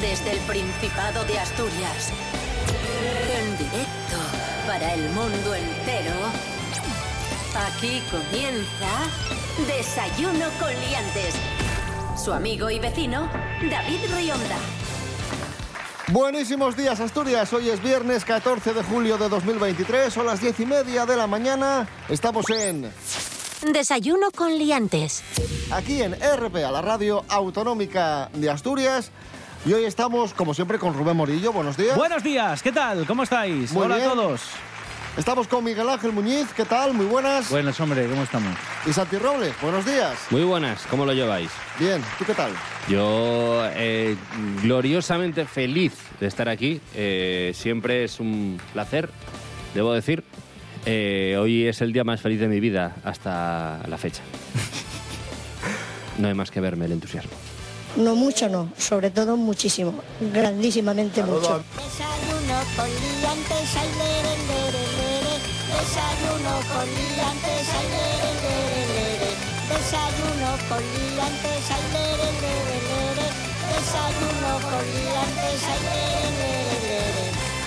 Desde el Principado de Asturias, en directo para el mundo entero, aquí comienza Desayuno con Liantes. Su amigo y vecino, David Rionda. Buenísimos días, Asturias. Hoy es viernes 14 de julio de 2023, son las 10:30 de la mañana. Estamos en Desayuno con Liantes. Aquí en RPA, la radio autonómica de Asturias. Y hoy estamos, como siempre, con Rubén Morillo. Buenos días. Buenos días, ¿qué tal? ¿Cómo estáis? Muy Hola bien. a todos. Estamos con Miguel Ángel Muñiz. ¿Qué tal? Muy buenas. Buenas, hombre, ¿cómo estamos? Y Santi Robles. Buenos días. Muy buenas, ¿cómo lo lleváis? Bien. ¿Tú qué tal? Yo gloriosamente feliz de estar aquí. Siempre es un placer, debo decir. Hoy es el día más feliz de mi vida hasta la fecha. No hay más que verme el entusiasmo. No mucho, no. Sobre todo muchísimo. Grandísimamente mucho. Desayuno con liantes, ay, lere, lere, lere. Desayuno con liantes, ay, lere, lere, lere. Desayuno con liantes, ay, lere, lere, lere. Desayuno con liantes, ay, lere, lere, lere.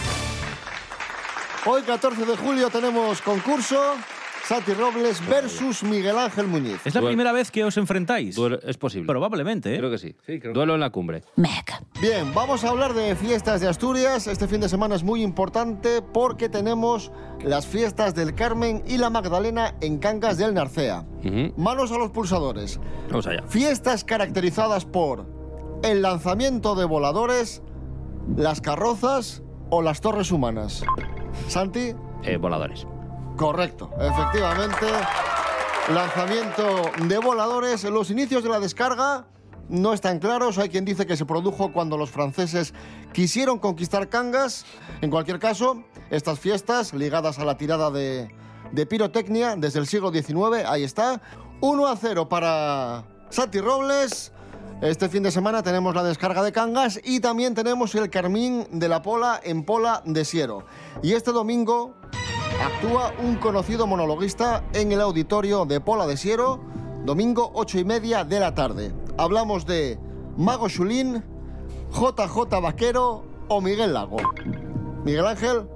Hoy, 14 de julio, tenemos concurso. Santi Robles versus Miguel Ángel Muñiz. ¿Es la primera vez que os enfrentáis? Es posible. Probablemente, ¿eh? Creo que sí. Sí, creo. Duelo en la cumbre. Bien, vamos a hablar de fiestas de Asturias. Este fin de semana es muy importante porque tenemos las fiestas del Carmen y la Magdalena en Cangas del Narcea. Manos a los pulsadores. Vamos allá. Fiestas caracterizadas por el lanzamiento de voladores, las carrozas o las torres humanas. Santi. Voladores. Correcto, efectivamente. Lanzamiento de voladores. Los inicios de la descarga no están claros. Hay quien dice que se produjo cuando los franceses quisieron conquistar Cangas. En cualquier caso, estas fiestas ligadas a la tirada de pirotecnia desde el siglo XIX, ahí está. 1-0 para Santi Robles. Este fin de semana tenemos la descarga de Cangas y también tenemos el Carmín de la Pola en Pola de Siero. Y este domingo actúa un conocido monologuista en el auditorio de Pola de Siero, domingo 8:30 de la tarde. Hablamos de Mago Xulín, JJ Vaquero o Miguel Lago. Miguel Ángel.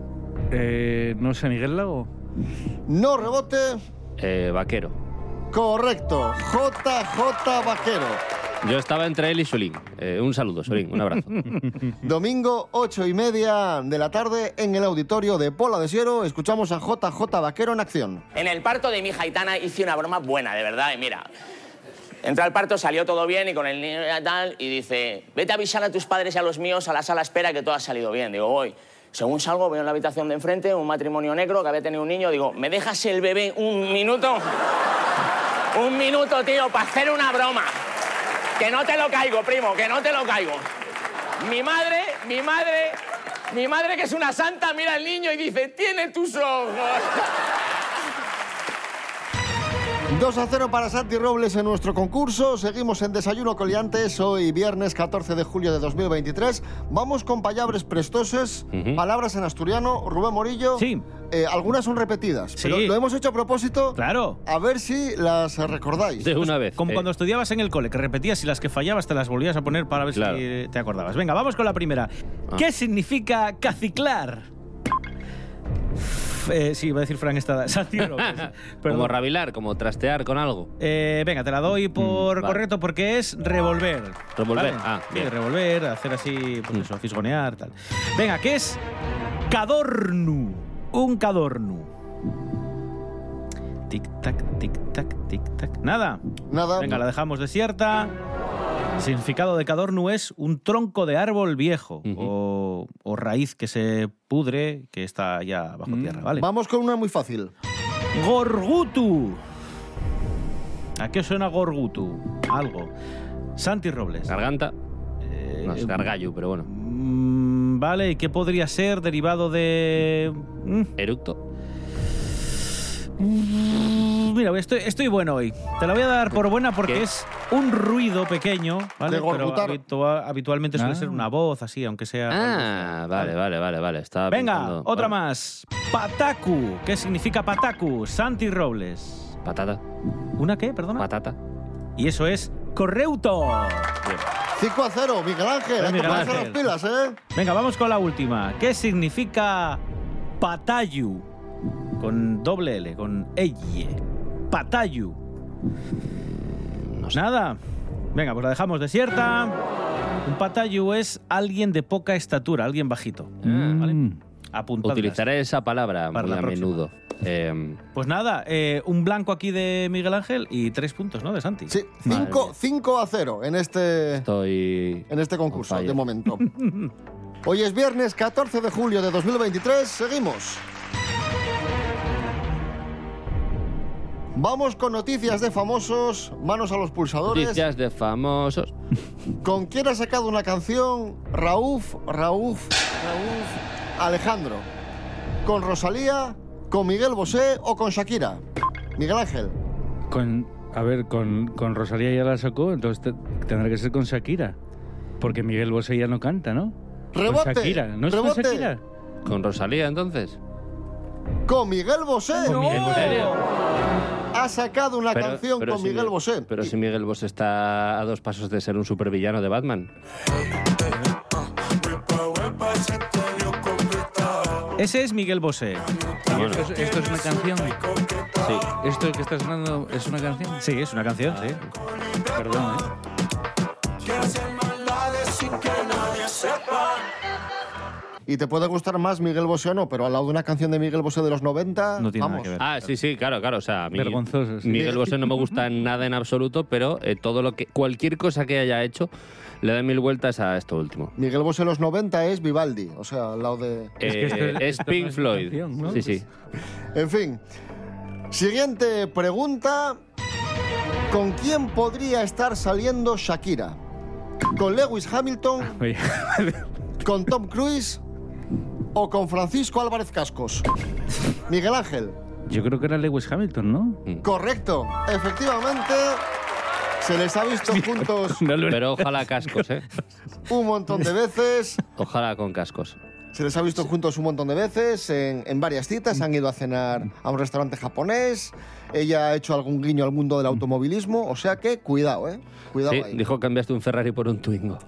No sé, Miguel Lago. No rebote. Vaquero. Correcto, JJ Vaquero. Yo estaba entre él y Solín. Un saludo, Solín, un abrazo. Domingo 8:30 de la tarde en el auditorio de Pola de Siero. Escuchamos a JJ Vaquero en acción. En el parto de mi hija Aitana hice una broma buena, de verdad, y mira, entró al parto, salió todo bien y con el niño y tal, y dice, vete a avisar a tus padres y a los míos a la sala espera que todo ha salido bien. Digo, voy. Según salgo, veo en la habitación de enfrente un matrimonio negro que había tenido un niño. Digo, ¿me dejas el bebé un minuto? Un minuto, tío, para hacer una broma. Que no te lo caigo, primo, que no te lo caigo. Mi madre, que es una santa, mira al niño y dice, tiene tus ojos. 2-0 para Santi Robles en nuestro concurso. Seguimos en Desayuno con Liantes. Hoy viernes 14 de julio de 2023. Vamos con palabras prestoses, palabras en asturiano. Rubén Morillo. Sí. Algunas son repetidas, Sí. pero lo hemos hecho a propósito. Claro. A ver si las recordáis. De una vez. Como cuando estudiabas en el cole, que repetías y las que fallabas te las volvías a poner para ver Claro. si te acordabas. Venga, vamos con la primera. ¿Qué significa caciclar? Sí, iba a decir Fran Estrada. Santi Robles. Como rabilar, como trastear con algo. Venga, te la doy por vale. correcto porque es revolver. Revolver, ¿Vale? Sí, bien. revolver, hacer así, pues eso, fisgonear, tal. Venga, ¿qué es cadornu? Un cadornu. Tic-tac, tic-tac, tic-tac. Nada. Nada. Venga, la dejamos desierta. El significado de cadornu es un tronco de árbol viejo o raíz que se pudre, que está ya bajo tierra, ¿vale? Vamos con una muy fácil. Gorgutu. ¿A qué suena gorgutu? Algo. Santi Robles. Garganta. No, es gargallo, pero bueno. Vale, ¿y qué podría ser derivado de...? Eructo. Mira, estoy bueno hoy. Te la voy a dar por buena porque ¿Qué? es un ruido pequeño, ¿vale? De gorgutar. Pero habitualmente suele ser una voz así, aunque sea... Vale. Estaba Venga, pensando- otra Vale. más. Pataku. ¿Qué significa pataku? Santi Robles. Patata. ¿Una qué, perdona? Patata. Y eso es correcto. Bien. 5-0, Miguel Ángel. Hay que Miguel ponerse las Ángel. pilas, ¿eh? Venga, vamos con la última. ¿Qué significa patayu? Con doble L, con elle. Patayu. Nada. Venga, pues la dejamos desierta. Un patayu es alguien de poca estatura, alguien bajito. ¿Vale? Apuntadlas. Utilizaré esa palabra Para muy la a próxima. menudo. Pues nada, un blanco aquí de Miguel Ángel y 3 puntos, ¿no? De Santi. Sí, Madre 5-0 en este concurso, on fire. de momento. Hoy es viernes 14 de julio de 2023. Seguimos. Vamos con noticias de famosos. Manos a los pulsadores. Noticias de famosos. ¿Con quién ha sacado una canción Raúf Alejandro? ¿Con Rosalía, con Miguel Bosé o con Shakira? Miguel Ángel. Con Rosalía ya la sacó, entonces tendrá que ser con Shakira. Porque Miguel Bosé ya no canta, ¿no? Rebote, Con Shakira, ¿no es rebote. con Shakira? ¿Con Rosalía, entonces? Con Miguel Bosé. Con Miguel Bosé. Ha sacado una canción con si Miguel Bosé. Pero si Miguel Bosé está a 2 pasos de ser un supervillano de Batman. Ese es Miguel Bosé. Bueno, ¿Esto es una canción? sí. ¿Esto que está sonando es una canción? Sí, es una canción, sí. Perdón, ¿eh? Y te puede gustar más Miguel Bosé o no, pero al lado de una canción de Miguel Bosé de los 90, No tiene vamos. nada que ver. Ah, sí, claro. O sea, a mí Vergonzoso, sí. Miguel Bosé no me gusta nada en absoluto, pero cualquier cosa que haya hecho le da 1000 vueltas a esto último. Miguel Bosé de los 90 es Vivaldi, o sea, al lado de... que esto Es no Pink es Floyd. canción, ¿no? Sí. En fin. Siguiente pregunta. ¿Con quién podría estar saliendo Shakira? ¿Con Lewis Hamilton? Oye, ¿Con Tom Cruise? ¿O con Francisco Álvarez Cascos? Miguel Ángel. yo creo que era Lewis Hamilton, ¿no? Correcto. Efectivamente, se les ha visto juntos Pero ojalá cascos, ¿eh? un montón de veces. Ojalá con cascos. Se les ha visto juntos un montón de veces en varias citas. Han ido a cenar a un restaurante japonés. Ella ha hecho algún guiño al mundo del automovilismo. O sea que, cuidado, ¿eh? Cuidado Sí, ahí. dijo que cambiaste un Ferrari por un Twingo.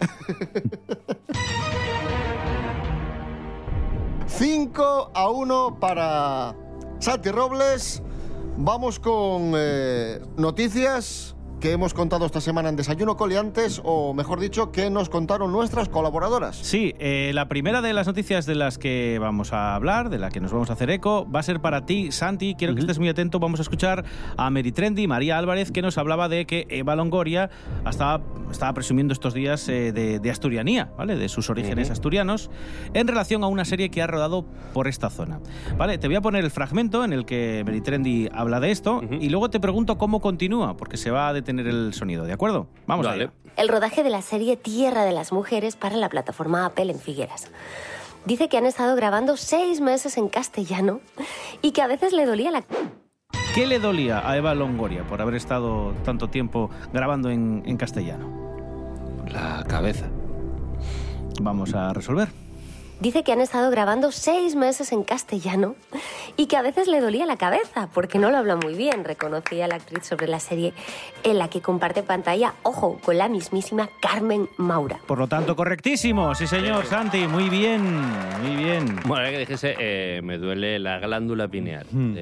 5-1 para Santi Robles. Vamos con noticias que hemos contado esta semana en Desayuno Coliantes, o mejor dicho, que nos contaron nuestras colaboradoras. Sí, la primera de las noticias de las que vamos a hablar, de la que nos vamos a hacer eco, va a ser para ti, Santi. Quiero que estés muy atento. Vamos a escuchar a Meritrendy, María Álvarez, que nos hablaba de que Eva Longoria estaba presumiendo estos días de asturianía, ¿vale? De sus orígenes asturianos, en relación a una serie que ha rodado por esta zona. ¿Vale? Te voy a poner el fragmento en el que Meritrendy habla de esto y luego te pregunto cómo continúa, porque se va a detener el sonido, ¿de acuerdo? Vamos Vale. allá. El rodaje de la serie Tierra de las Mujeres para la plataforma Apple en Figueras. Dice que han estado grabando 6 meses en castellano y que a veces le dolía la... ¿Qué le dolía a Eva Longoria por haber estado tanto tiempo grabando en castellano? La cabeza. Vamos a resolver. Dice que han estado grabando 6 meses en castellano y que a veces le dolía la cabeza porque no lo habla muy bien, reconocía la actriz sobre la serie en la que comparte pantalla, ojo, con la mismísima Carmen Maura. Por lo tanto, correctísimo. Sí, señor, Santi. Muy bien, muy bien. Bueno, era que dijese, me duele la glándula pineal.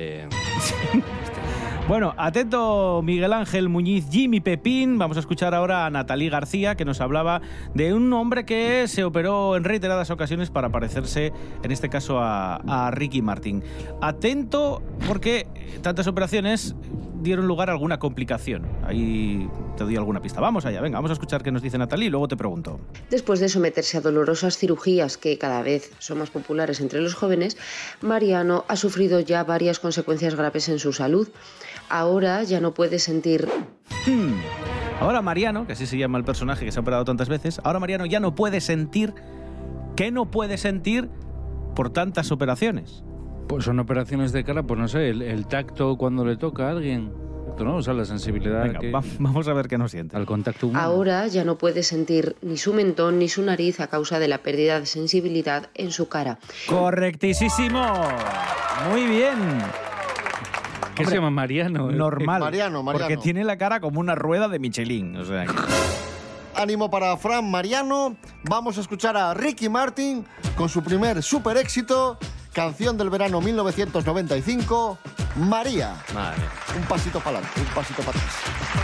Bueno, atento Miguel Ángel Muñiz, Jimmy Pepín. Vamos a escuchar ahora a Natalí García, que nos hablaba de un hombre que se operó en reiteradas ocasiones para parecerse, en este caso, a Ricky Martin. Atento, porque tantas operaciones dieron lugar a alguna complicación. Ahí te doy alguna pista. Vamos allá, venga, vamos a escuchar qué nos dice Natalí y luego te pregunto. Después de someterse a dolorosas cirugías que cada vez son más populares entre los jóvenes, Mariano ha sufrido ya varias consecuencias graves en su salud. Ahora ya no puede sentir... Ahora Mariano, que así se llama el personaje que se ha operado tantas veces, ahora Mariano ya no puede sentir... ¿Qué no puede sentir por tantas operaciones? Pues son operaciones de cara, pues no sé, el tacto cuando le toca a alguien, ¿no? O sea, la sensibilidad Venga, que... vamos a ver qué nos siente. Al contacto humano. Ahora ya no puede sentir ni su mentón ni su nariz a causa de la pérdida de sensibilidad en su cara. ¡Correctísimo! Muy bien. ¿Qué se llama Mariano? Normal. Mariano. Porque tiene la cara como una rueda de Michelin. O sea, ánimo para Fran Mariano. Vamos a escuchar a Ricky Martin con su primer super éxito, canción del verano 1995, María. Madre. Un pasito para adelante, un pasito para atrás.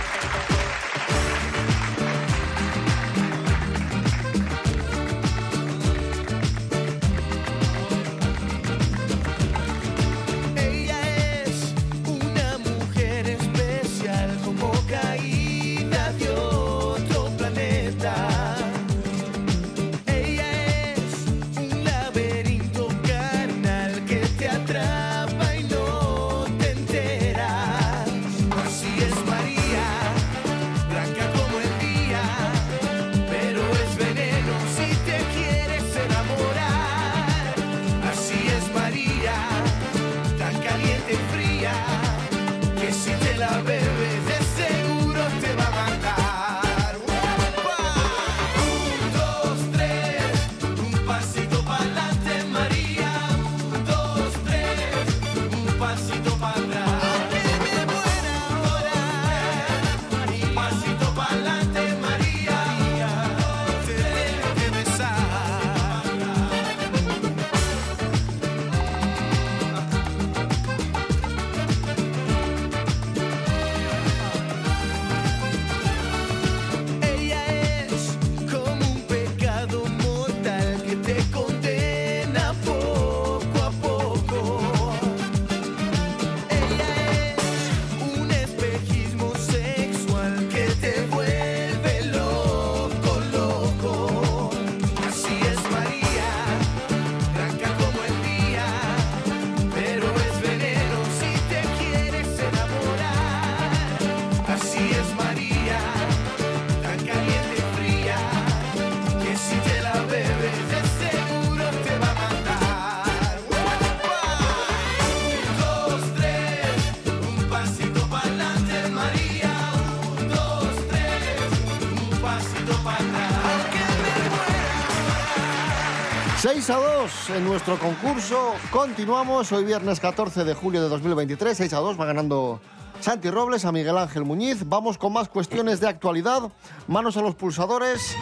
...6 a 2 en nuestro concurso. Continuamos hoy viernes 14 de julio de 2023. 6 a 2 va ganando Santi Robles a Miguel Ángel Muñiz. Vamos con más cuestiones de actualidad. Manos a los pulsadores.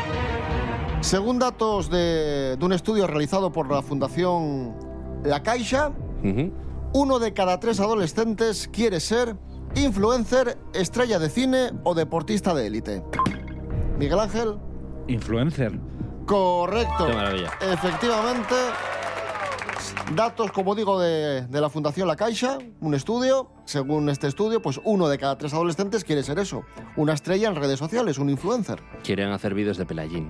Según datos de un estudio realizado por la Fundación La Caixa, 1 de cada 3 adolescentes quiere ser influencer, estrella de cine o deportista de élite. Miguel Ángel. Influencer. Correcto. Qué maravilla. Efectivamente, datos, como digo, de la Fundación La Caixa, un estudio. Según este estudio, pues 1 de cada 3 adolescentes quiere ser eso, una estrella en redes sociales, un influencer. Quieren hacer vídeos de Pelayín.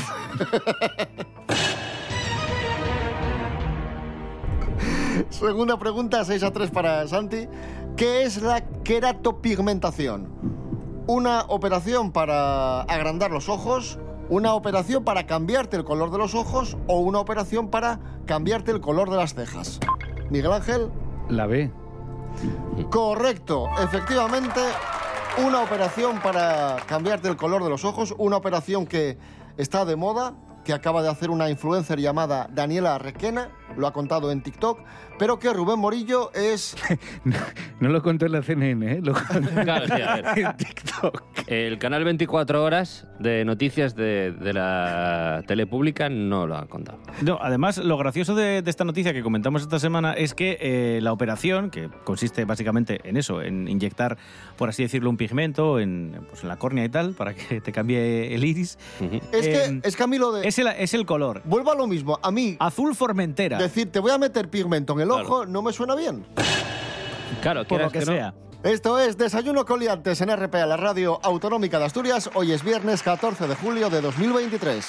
Segunda pregunta, 6 a 3 para Santi. ¿Qué es la queratopigmentación? ¿Una operación para agrandar los ojos? ¿Una operación para cambiarte el color de los ojos o una operación para cambiarte el color de las cejas? Miguel Ángel. La B. Correcto, efectivamente, una operación para cambiarte el color de los ojos, una operación que está de moda, que acaba de hacer una influencer llamada Daniela Requena, lo ha contado en TikTok, pero que Rubén Morillo es... No lo contó en la CNN, ¿eh? Lo contó Claro, sí, a ver. en TikTok. El canal 24 horas de noticias de la tele pública no lo ha contado. No, además, lo gracioso de esta noticia que comentamos esta semana es que la operación, que consiste básicamente en eso, en inyectar, por así decirlo, un pigmento en la córnea y tal, para que te cambie el iris. Es que a mí lo de... Es el color. Vuelvo a lo mismo, a mí... Azul Formentera. Decir, te voy a meter pigmento en el ojo, no me suena bien. Claro, Por lo que no. sea. Esto es Desayuno con Liantes en RPA, la radio autonómica de Asturias. Hoy es viernes 14 de julio de 2023.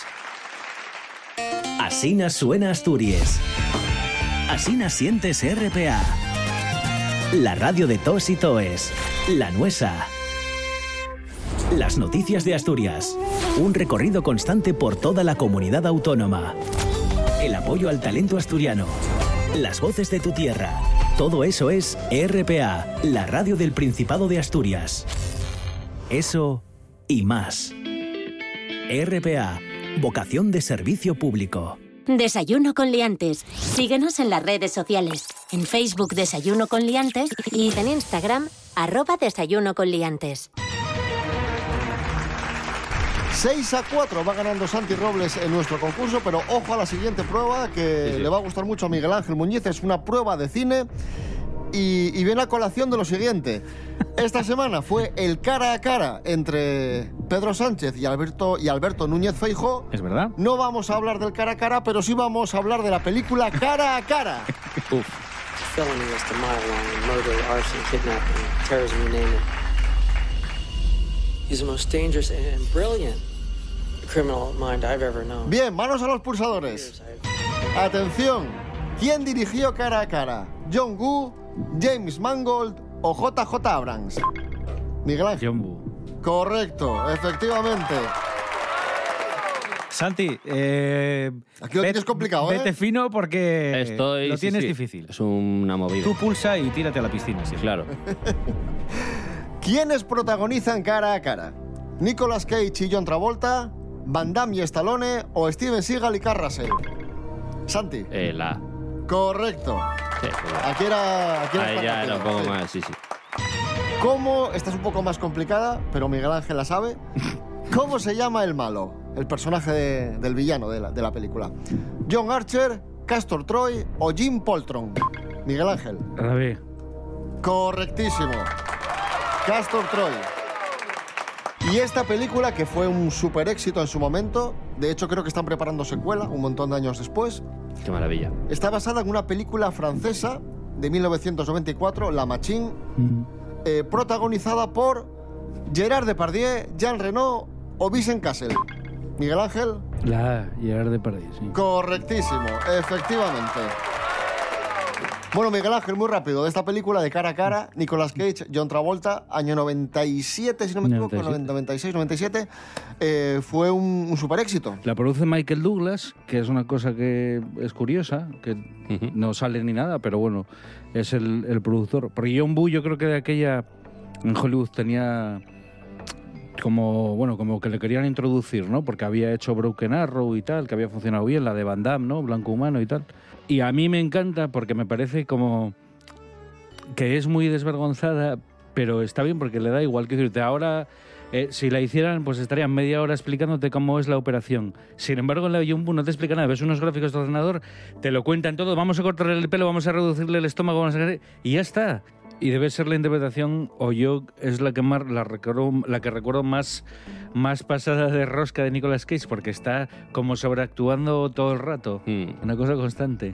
Asina suena Asturias. Asina sientes RPA. La radio de tos y toes. La nuesa. Las noticias de Asturias. Un recorrido constante por toda la comunidad autónoma. El apoyo al talento asturiano. Las voces de tu tierra. Todo eso es RPA, la radio del Principado de Asturias. Eso y más. RPA, vocación de servicio público. Desayuno con liantes. Síguenos en las redes sociales. En Facebook Desayuno con liantes y en Instagram @Desayuno con liantes. 6-4 va ganando Santi Robles en nuestro concurso, pero ojo a la siguiente prueba que le va a gustar mucho a Miguel Ángel Muñiz. Es una prueba de cine y viene a colación de lo siguiente. Esta semana fue el cara a cara entre Pedro Sánchez y Alberto Núñez Feijóo. ¿Es verdad? No vamos a hablar del cara a cara, pero sí vamos a hablar de la película Cara a Cara. Felony is the mile line, murder, arson, kidnapping, terrorism, you name it. He's the most dangerous and brilliant criminal mind I've ever known. Bien, manos a los pulsadores. Atención, ¿quién dirigió Cara a Cara? ¿John Woo, James Mangold o JJ Abrams? Miguel Ángel. John Woo. Correcto, efectivamente. Santi, aquí lo tienes complicado, vete fino porque lo tienes sí. difícil. Es una movida. Tú pulsa y tírate a la piscina. Sí. Claro. ¿Quiénes protagonizan Cara a Cara? ¿Nicolas Cage y John Travolta? ¿Van Damme y Stallone? ¿O Steven Seagal y Kurt Russell? Santi. La A. Correcto. Sí, Aquí era ya era un poco sí. más, sí. ¿Cómo? Esta es un poco más complicada, pero Miguel Ángel la sabe. ¿Cómo se llama el malo? El personaje del villano de la película. ¿John Archer, Castor Troy o Jim Poltron? Miguel Ángel. La B. Correctísimo. Castor Troy. Y esta película, que fue un super éxito en su momento, de hecho creo que están preparando secuela un montón de años después. Qué maravilla. Está basada en una película francesa de 1994, La Machine, protagonizada por Gerard Depardieu, Jean Reno o Vincent Cassel. Miguel Ángel. La A, Gerard Depardieu, sí. Correctísimo, efectivamente. Bueno, Miguel Ángel, muy rápido. De esta película de Cara a Cara, Nicolas Cage, John Travolta, año 97, si no me equivoco, 96, 97, fue un super éxito. La produce Michael Douglas, que es una cosa que es curiosa, que no sale ni nada, pero bueno, es el productor. Porque John Woo, yo creo que de aquella en Hollywood tenía como que le querían introducir, ¿no? Porque había hecho Broken Arrow y tal, que había funcionado bien, la de Van Damme, ¿no? Blanco Humano y tal. Y a mí me encanta porque me parece como que es muy desvergonzada, pero está bien porque le da igual. Que decirte, ahora si la hicieran, pues estarían media hora explicándote cómo es la operación. Sin embargo, en la John Woo no te explica nada. Ves unos gráficos de ordenador, te lo cuentan todo, vamos a cortarle el pelo, vamos a reducirle el estómago, vamos a... y ya está. Y debe ser la interpretación, o yo es la que más la que recuerdo más pasada de rosca de Nicolas Cage, porque está como sobreactuando todo el rato. Una cosa constante.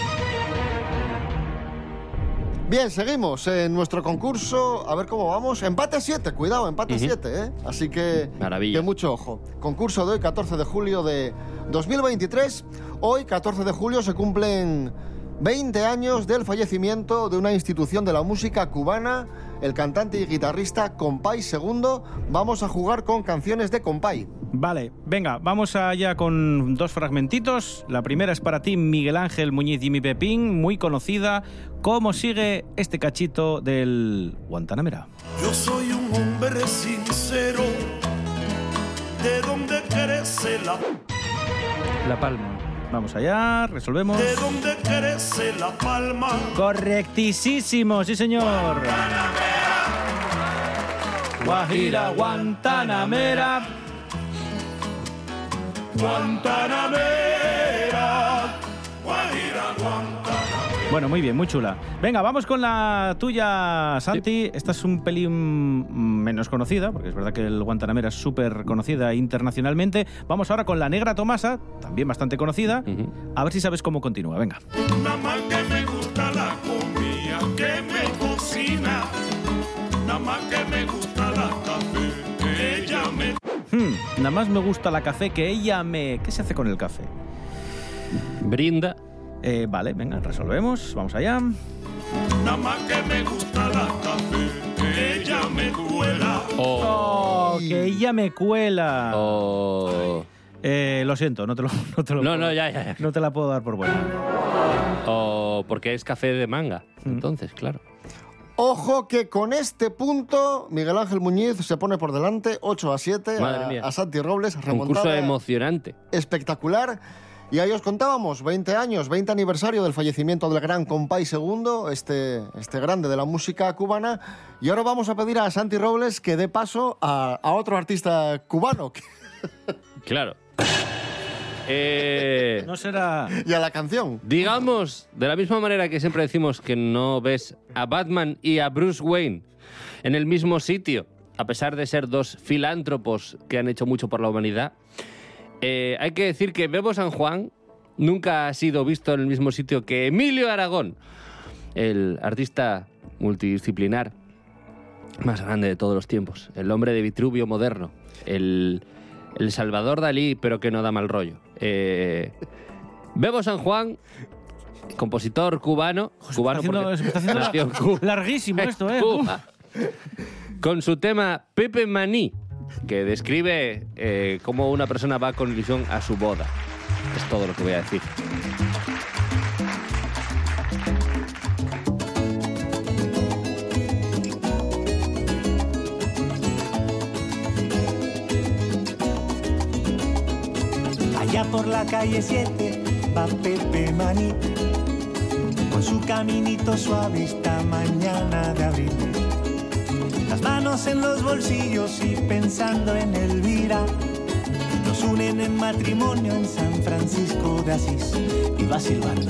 Bien, seguimos en nuestro concurso. A ver cómo vamos. Empate 7, cuidado, empate 7, ¿eh? Así que, maravilla. Que mucho ojo. Concurso de hoy, 14 de julio de 2023. Hoy, 14 de julio, se cumplen 20 años del fallecimiento de una institución de la música cubana, el cantante y guitarrista Compay II. Vamos a jugar con canciones de Compay. Vale, venga, vamos allá con dos fragmentitos. La primera es para ti, Miguel Ángel Muñiz Jimmy Pepín, muy conocida. ¿Cómo sigue este cachito del Guantanamera? Yo soy un hombre sincero, de donde crece La Palma. Vamos allá, resolvemos. ¿De dónde crece la palma? Correctísimo, sí señor. Guajira, Guantanamera. Guantanamera, Guajira, Guantanamera. Bueno, muy bien, muy chula. Venga, vamos con la tuya, Santi. Sí. Esta es un pelín menos conocida, porque es verdad que el Guantanamera es súper conocida internacionalmente. Vamos ahora con La Negra Tomasa, también bastante conocida. A ver si sabes cómo continúa, venga. Nada más que me gusta la comida que me cocina, nada más que me gusta la café que ella me... Nada más me gusta la café que ella me... ¿Qué se hace con el café? Brinda. Vale, venga, resolvemos. Vamos allá. Nada más que me gusta la café que ella me cuela. Oh, que ella me cuela. Oh. Lo siento, no te lo No, ya. No te la puedo dar por buena. Oh, porque es café de manga. Entonces, claro. Ojo que con este punto Miguel Ángel Muñiz se pone por delante 8-7 Madre mía. a Santi Robles. Concurso emocionante. Espectacular. Y ahí os contábamos, 20 años, 20 aniversario del fallecimiento del gran Compay II, este grande de la música cubana. Y ahora vamos a pedir a Santi Robles que dé paso a otro artista cubano. Claro. No será... Y a la canción. Digamos, de la misma manera que siempre decimos que no ves a Batman y a Bruce Wayne en el mismo sitio, a pesar de ser dos filántropos que han hecho mucho por la humanidad, hay que decir que Bebo San Juan nunca ha sido visto en el mismo sitio que Emilio Aragón, el artista multidisciplinar más grande de todos los tiempos, el hombre de Vitruvio moderno, el Salvador Dalí, pero que no da mal rollo. Bebo San Juan, compositor cubano. Nació en Cuba. Larguísimo esto, Cuba. Con su tema Pepe Maní, que describe cómo una persona va con ilusión a su boda. Es todo lo que voy a decir. Allá por la calle 7 va Pepe Maní, con su caminito suave esta mañana de abril. Las manos en los bolsillos y pensando en Elvira, nos unen en matrimonio en San Francisco de Asís. Y va silbando.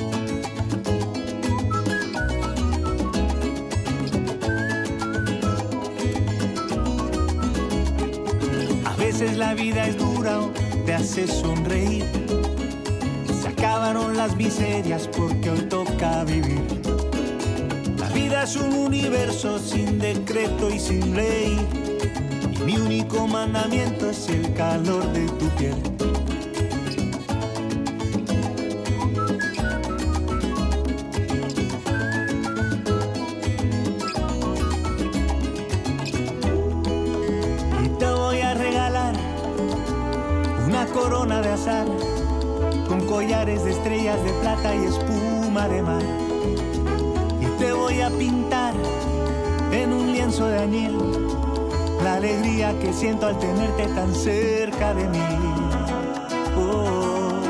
A veces la vida es dura o te hace sonreír. Se acabaron las miserias porque hoy toca vivir. La vida es un universo sin decreto y sin ley, y mi único mandamiento es el calor de tu piel. Y te voy a regalar una corona de azar, con collares de estrellas de plata y espuma de mar. Te voy a pintar en un lienzo de añil la alegría que siento al tenerte tan cerca de mí. Oh.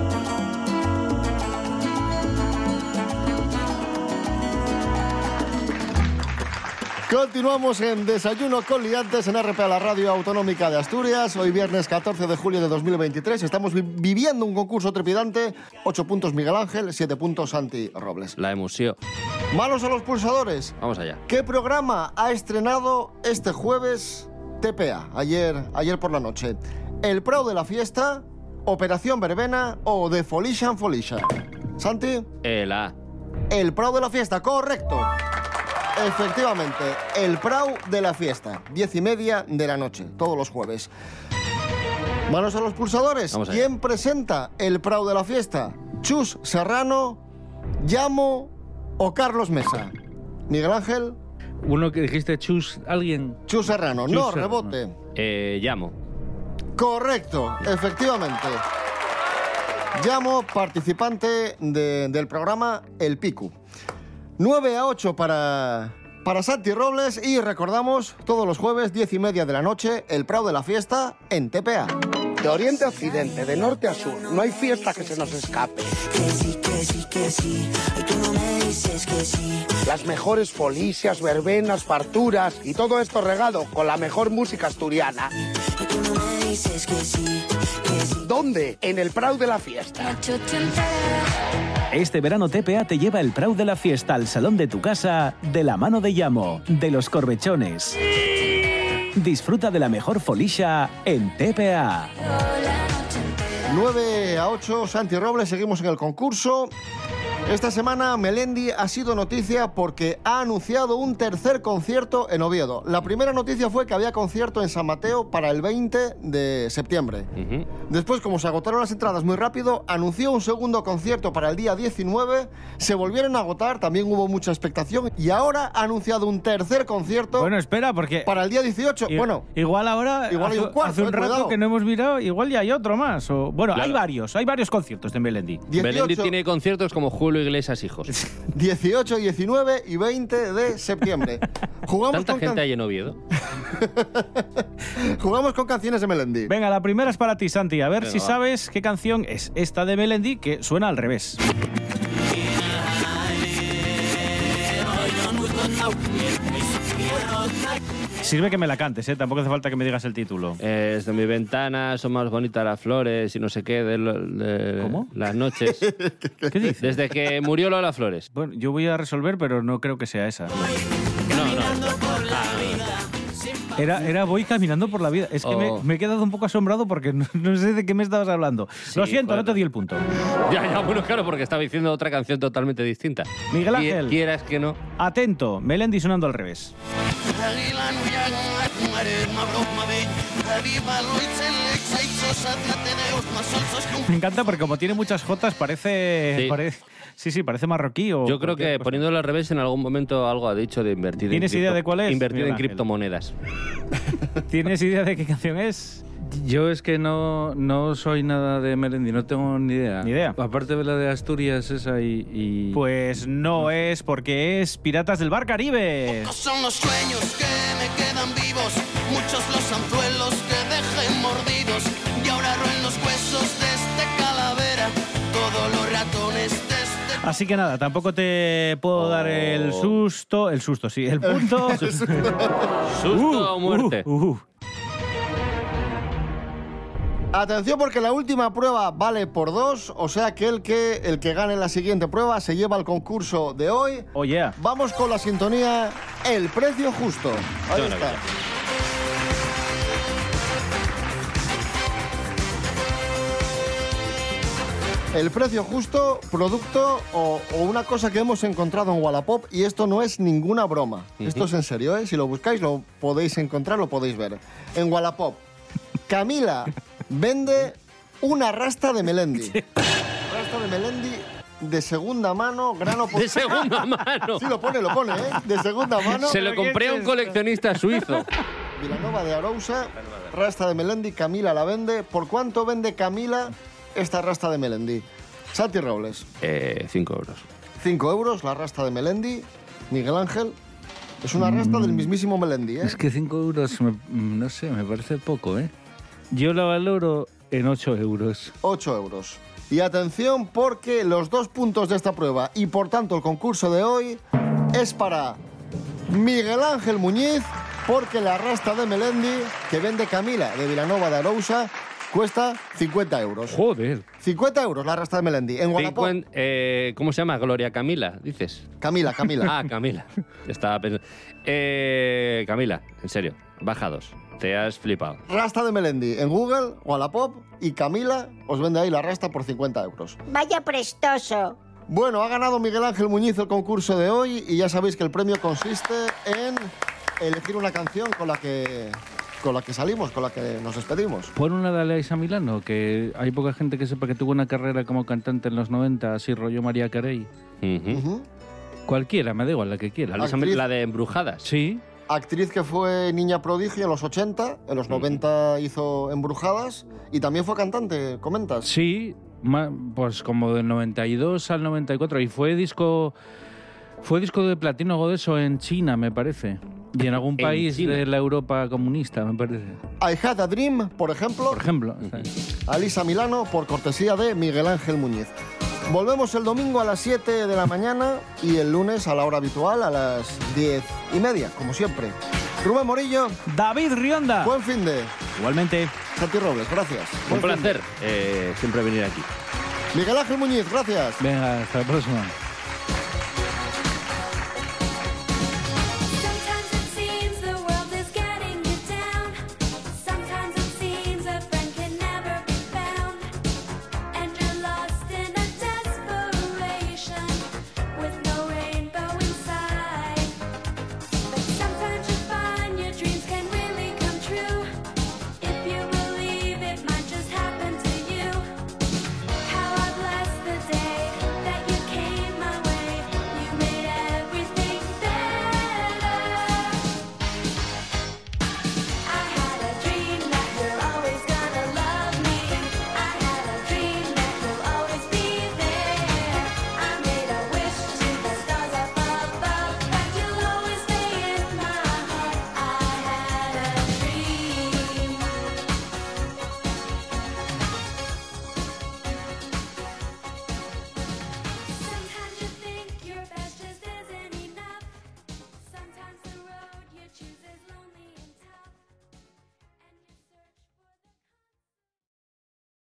Continuamos en Desayuno con Liantes en RPA, la radio autonómica de Asturias. Hoy viernes 14 de julio de 2023. Estamos viviendo un concurso trepidante. 8 puntos Miguel Ángel, 7 puntos Santi Robles. La emoción. Manos a los pulsadores. Vamos allá. ¿Qué programa ha estrenado este jueves TPA, ayer por la noche? ¿El Prau de la Fiesta, Operación Verbena o The Folisha Folisha? ¿Santi? La A. El Prau de la Fiesta, correcto. Efectivamente, el Prau de la Fiesta, 10:30 de la noche, todos los jueves. Manos a los pulsadores. ¿Quién presenta el Prau de la Fiesta? ¿Chus Serrano, Llamo o Carlos Mesa? Miguel Ángel. Uno que dijiste Chus, alguien. Chus Serrano, Chus no, Serrano. rebote. Llamo. Correcto, efectivamente. Llamo, participante del programa El Picu. 9-8 para Santi Robles y recordamos todos los jueves 10:30 de la noche el Prau de la Fiesta en TPA. De oriente a occidente, de norte a sur, no hay fiesta que se nos escape. Que sí, que sí, que sí, y tú no me dices que sí. Las mejores folicias, verbenas, farturas y todo esto regado con la mejor música asturiana. Y tú no me dices que sí, que sí. ¿Dónde? En el Prau de la Fiesta. Este verano TPA te lleva el Prau de la Fiesta al salón de tu casa de la mano de Llamo, de los Corbechones. Disfruta de la mejor folisha en TPA. 9-8, Santi Robles, seguimos en el concurso. Esta semana Melendi ha sido noticia porque ha anunciado un tercer concierto en Oviedo. La primera noticia fue que había concierto en San Mateo para el 20 de septiembre. Después, como se agotaron las entradas muy rápido, anunció un segundo concierto para el día 19, se volvieron a agotar, también hubo mucha expectación, y ahora ha anunciado un tercer concierto. Bueno, espera, porque... para el día 18, bueno... Igual ahora, igual hay un cuarto, hace un rato cuidado. que no hemos mirado, igual ya hay otro más. Bueno, Claro. hay varios conciertos de Melendi. Melendi tiene conciertos como Julio Julio Iglesias hijos. 18, 19 y 20 de septiembre. Jugamos ¿Tanta gente hay en Oviedo? Jugamos con canciones de Melendi. Venga, la primera es para ti, Santi. A ver Venga, si va. sabes qué canción es esta de Melendi que suena al revés. Sirve que me la cantes, ¿eh? Tampoco hace falta que me digas el título. Desde mi ventana son más bonitas las flores y no sé qué ¿Cómo? Las noches. ¿Qué dices? Desde que murió Lola Flores. Bueno, yo voy a resolver, pero no creo que sea esa. Era Voy caminando por la vida. Es que me he quedado un poco asombrado porque no sé de qué me estabas hablando. Sí, Lo siento, joder. no te di el punto. Ya, bueno, claro, porque estaba diciendo otra canción totalmente distinta. Miguel Ángel. Quieras que no. Atento, Melendi sonando al revés. Me encanta porque como tiene muchas jotas parece... Sí. Parece marroquí o... Yo creo que cualquier cosa. poniéndolo al revés en algún momento algo ha dicho de invertir ¿Tienes idea de cuál es, Invertir Miguel en Ángel? criptomonedas. ¿Tienes idea de qué canción es? Yo es que no soy nada de Melendi, no tengo ni idea. Ni idea. Aparte de la de Asturias esa y... Pues no es, porque es Piratas del Bar Caribe. Pocos son los sueños que me quedan vivos, muchos los anzuelos que dejé mordidos, y ahora roen los huesos de este calavera, todos los ratones de este... Así que nada, tampoco te puedo dar el susto, el punto. Susto o muerte. Atención porque la última prueba vale por 2, o sea que el que gane la siguiente prueba se lleva el concurso de hoy. Oh, yeah. Vamos con la sintonía El Precio Justo. Ahí Qué está. maravilla. El Precio Justo, producto o una cosa que hemos encontrado en Wallapop, y esto no es ninguna broma. Esto es en serio, ¿eh? Si lo buscáis lo podéis encontrar, lo podéis ver. En Wallapop, Camila vende una rasta de Melendi. Rasta de Melendi de segunda mano, grano por... De segunda mano. Sí, lo pone, ¿eh? De segunda mano. Se lo compré a un coleccionista suizo. Vilanova de Arousa, rasta de Melendi, Camila la vende. ¿Por cuánto vende Camila esta rasta de Melendi? Santi Robles. 5 euros. 5 euros la rasta de Melendi. Miguel Ángel. Es una rasta del mismísimo Melendi, ¿eh? Es que 5 euros, no sé, me parece poco, ¿eh? Yo la valoro en 8 euros. 8 euros. Y atención porque los 2 puntos de esta prueba y por tanto el concurso de hoy es para Miguel Ángel Muñiz, porque la rasta de Melendi que vende Camila de Vilanova de Arousa cuesta 50 euros. Joder. 50 euros la rasta de Melendi. En Wallapop. ¿Cómo se llama? Gloria Camila, dices. Camila. Ah, Camila. Estaba pensando. Camila, en serio, baja 2. Te has flipado. Rasta de Melendi en Google, Wallapop, y Camila os vende ahí la rasta por 50 euros. Vaya prestoso. Bueno, ha ganado Miguel Ángel Muñiz el concurso de hoy y ya sabéis que el premio consiste en elegir una canción con la que salimos, con la que nos despedimos. Pon una de Alaisa Milano, que hay poca gente que sepa que tuvo una carrera como cantante en los 90, así rollo María Carey. Cualquiera, me da igual, la que quiera. La de Embrujadas. Sí. Actriz que fue niña prodigio en los 80, en los 90 hizo Embrujadas y también fue cantante, ¿comentas? Sí, pues como del 92 al 94, y fue disco de platino o de eso en China, me parece. Y en algún país de la Europa comunista, me parece. I Had a Dream, por ejemplo. Por ejemplo. Alaisa Milano, por cortesía de Miguel Ángel Muñiz. Volvemos el domingo a las 7 de la mañana y el lunes a la hora habitual, a las 10:30, como siempre. Rubén Morillo. David Rionda. Buen fin de. Igualmente. Santi Robles, gracias. Un placer siempre venir aquí. Miguel Ángel Muñiz, gracias. Venga, hasta la próxima.